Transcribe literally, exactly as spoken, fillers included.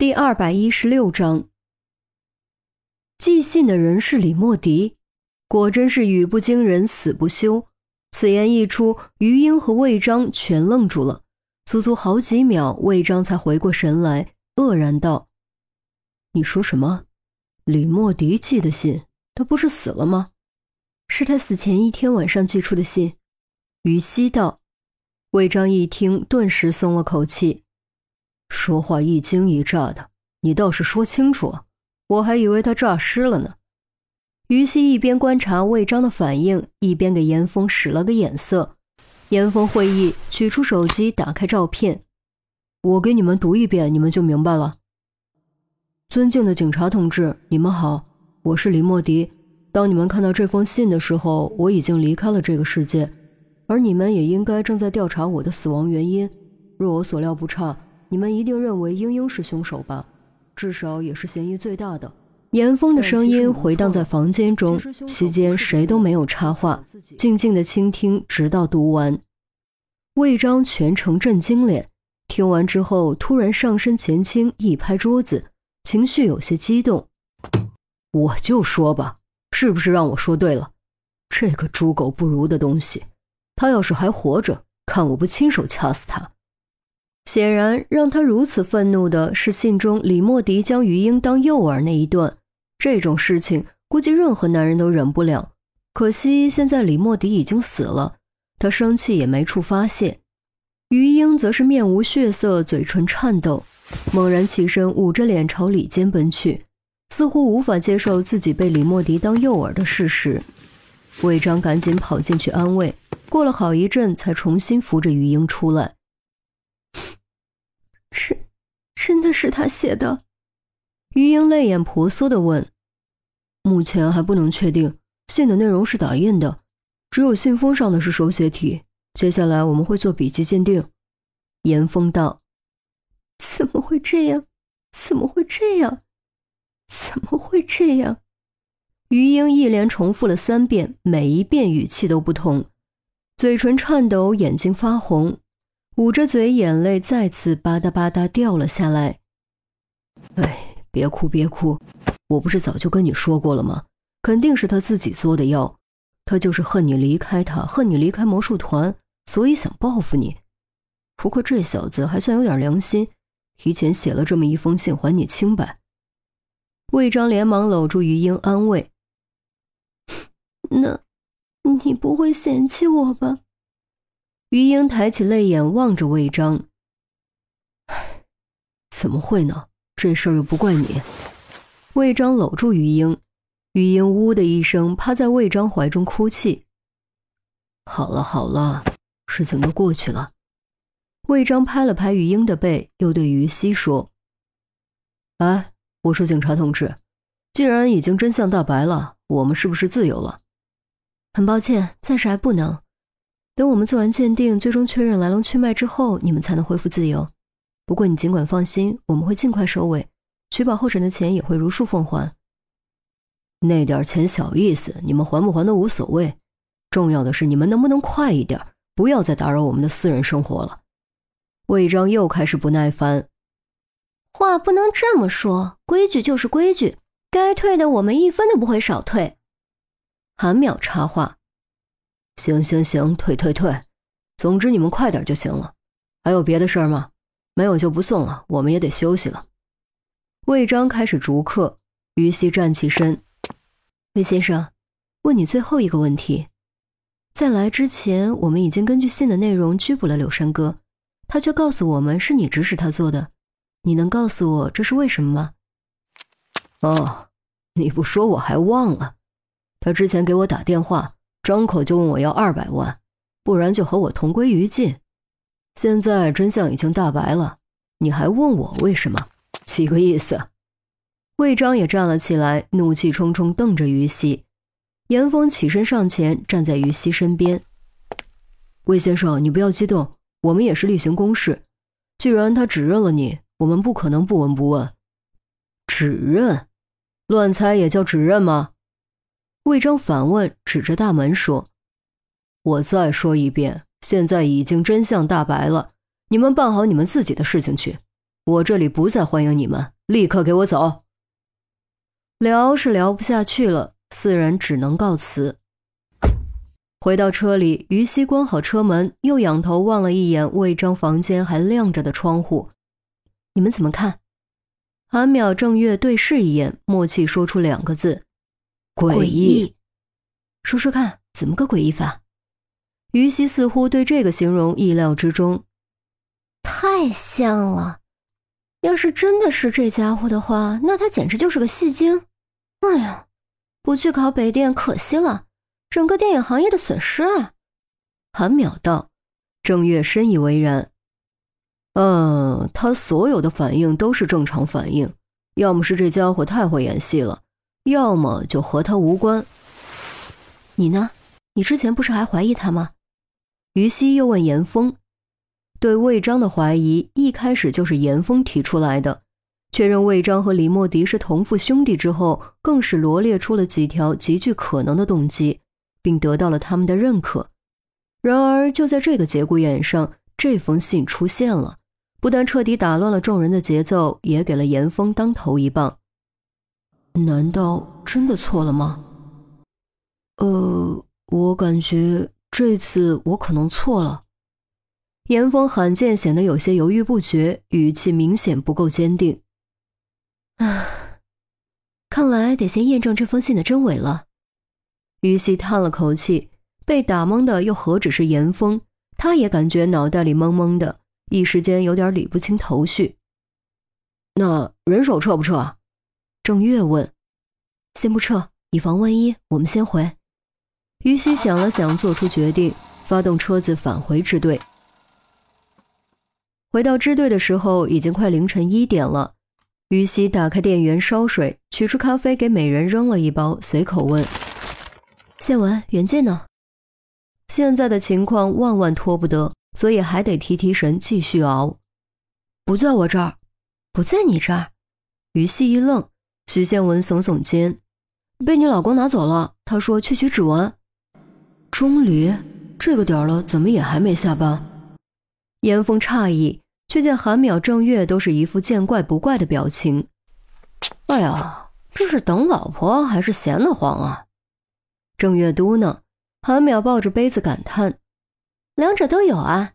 第二百一十六章，寄信的人是李莫迪，果真是语不惊人死不休。此言一出，于英和魏章全愣住了，足足好几秒，魏章才回过神来，愕然道：你说什么？李莫迪寄的信，他不是死了吗？是他死前一天晚上寄出的信。于西道。魏章一听，顿时松了口气。说话一惊一乍的，你倒是说清楚啊，我还以为他诈尸了呢。于西一边观察魏章的反应，一边给严峰使了个眼色。严峰会意，取出手机，打开照片。我给你们读一遍，你们就明白了。尊敬的警察同志，你们好，我是李莫迪。当你们看到这封信的时候，我已经离开了这个世界，而你们也应该正在调查我的死亡原因。若我所料不差，你们一定认为英英是凶手吧，至少也是嫌疑最大的。严峰的声音回荡在房间中，期间谁都没有插话，静静地倾听，直到读完。魏章全程震惊脸，听完之后突然上身前倾，一拍桌子，情绪有些激动。我就说吧，是不是让我说对了？这个猪狗不如的东西，他要是还活着，看我不亲手掐死他。显然让他如此愤怒的是信中李莫迪将于英当诱饵那一段，这种事情估计任何男人都忍不了。可惜现在李莫迪已经死了，他生气也没处发泄。于英则是面无血色，嘴唇颤抖，猛然起身，捂着脸朝里间奔去，似乎无法接受自己被李莫迪当诱饵的事实。魏章赶紧跑进去安慰，过了好一阵才重新扶着于英出来。真真的是他写的？于英泪眼婆娑地问。目前还不能确定，信的内容是打印的，只有信封上的是手写体，接下来我们会做笔迹鉴定。严峰道。怎么会这样？怎么会这样？怎么会这样？于英一连重复了三遍，每一遍语气都不同，嘴唇颤抖，眼睛发红，捂着嘴，眼泪再次吧嗒吧嗒掉了下来。哎，别哭别哭，我不是早就跟你说过了吗？肯定是他自己作的妖，他就是恨你离开他，恨你离开魔术团，所以想报复你。不过这小子还算有点良心，提前写了这么一封信还你清白。魏章连忙搂住于英安慰。那你不会嫌弃我吧？于英抬起泪眼望着魏章。怎么会呢？这事儿又不怪你。魏章搂住于英，于英呜的一声趴在魏章怀中哭泣。好了好了，事情都过去了。魏章拍了拍于英的背，又对于西说。哎，我说警察同志，既然已经真相大白了，我们是不是自由了？很抱歉，暂时还不能。等我们做完鉴定，最终确认来龙去脉之后，你们才能恢复自由。不过你尽管放心，我们会尽快收尾，取保候审的钱也会如数奉还。那点钱小意思，你们还不还都无所谓，重要的是你们能不能快一点，不要再打扰我们的私人生活了。魏章又开始不耐烦。话不能这么说，规矩就是规矩，该退的我们一分都不会少退。韩淼插话。行行行，退退退，总之你们快点就行了。还有别的事儿吗？没有就不送了，我们也得休息了。魏章开始逐客，于西站起身。魏先生，问你最后一个问题。在来之前，我们已经根据信的内容拘捕了柳山哥，他却告诉我们是你指使他做的，你能告诉我这是为什么吗？哦，你不说我还忘了。他之前给我打电话，张口就问我要二百万，不然就和我同归于尽。现在真相已经大白了，你还问我为什么？几个意思？魏章也站了起来，怒气冲冲瞪着于西。严峰起身上前，站在于西身边。魏先生，你不要激动，我们也是例行公事。既然他指认了你，我们不可能不闻不问。指认？乱猜也叫指认吗？魏章反问，指着大门说。我再说一遍，现在已经真相大白了，你们办好你们自己的事情去，我这里不再欢迎你们， 立刻给我走。聊是聊不下去了，四人只能告辞。回到车里，于西关好车门，又仰头望了一眼魏章房间还亮着的窗户。你们怎么看？韩淼郑月对视一眼，默契说出两个字：诡异。说说看，怎么个诡异法？于西似乎对这个形容意料之中。 太像了，要是真的是这家伙的话，那他简直就是个戏精。哎呀，不去考北电可惜了，整个电影行业的损失啊。 韩淼道。郑月深以为然。嗯，他所有的反应都是正常反应，要么是这家伙太会演戏了，要么就和他无关。 你呢？你之前不是还怀疑他吗？ 于西又问严峰。对魏章的怀疑一开始就是严峰提出来的，确认魏章和李莫迪是同父兄弟之后，更是罗列出了几条极具可能的动机，并得到了他们的认可。然而就在这个节骨眼上，这封信出现了，不但彻底打乱了众人的节奏，也给了严峰当头一棒。难道真的错了吗？呃，我感觉这次我可能错了。严峰罕见显得有些犹豫不决，语气明显不够坚定。 唉，看来得先验证这封信的真伪了。 于西叹了口气，被打懵的又何止是严峰，他也感觉脑袋里懵懵的，一时间有点理不清头绪。那人手撤不撤啊？郑月问。 先不撤，以防万一，我们先回。 于西想了想，做出决定，发动车子返回支队。回到支队的时候，已经快凌晨一点了。于西打开电源烧水，取出咖啡给每人扔了一包，随口问： 宪文，袁健呢？ 现在的情况万万拖不得，所以还得提提神，继续熬。不在我这儿。 不在你这儿？ 于西一愣，许宪文耸耸肩：被你老公拿走了，他说去取指纹。钟离，这个点了，怎么也还没下班？严峰诧异，却见韩淼郑月都是一副见怪不怪的表情。哎呀，这是等老婆还是闲得慌啊？郑月嘟囔，韩淼抱着杯子感叹： 两者都有啊。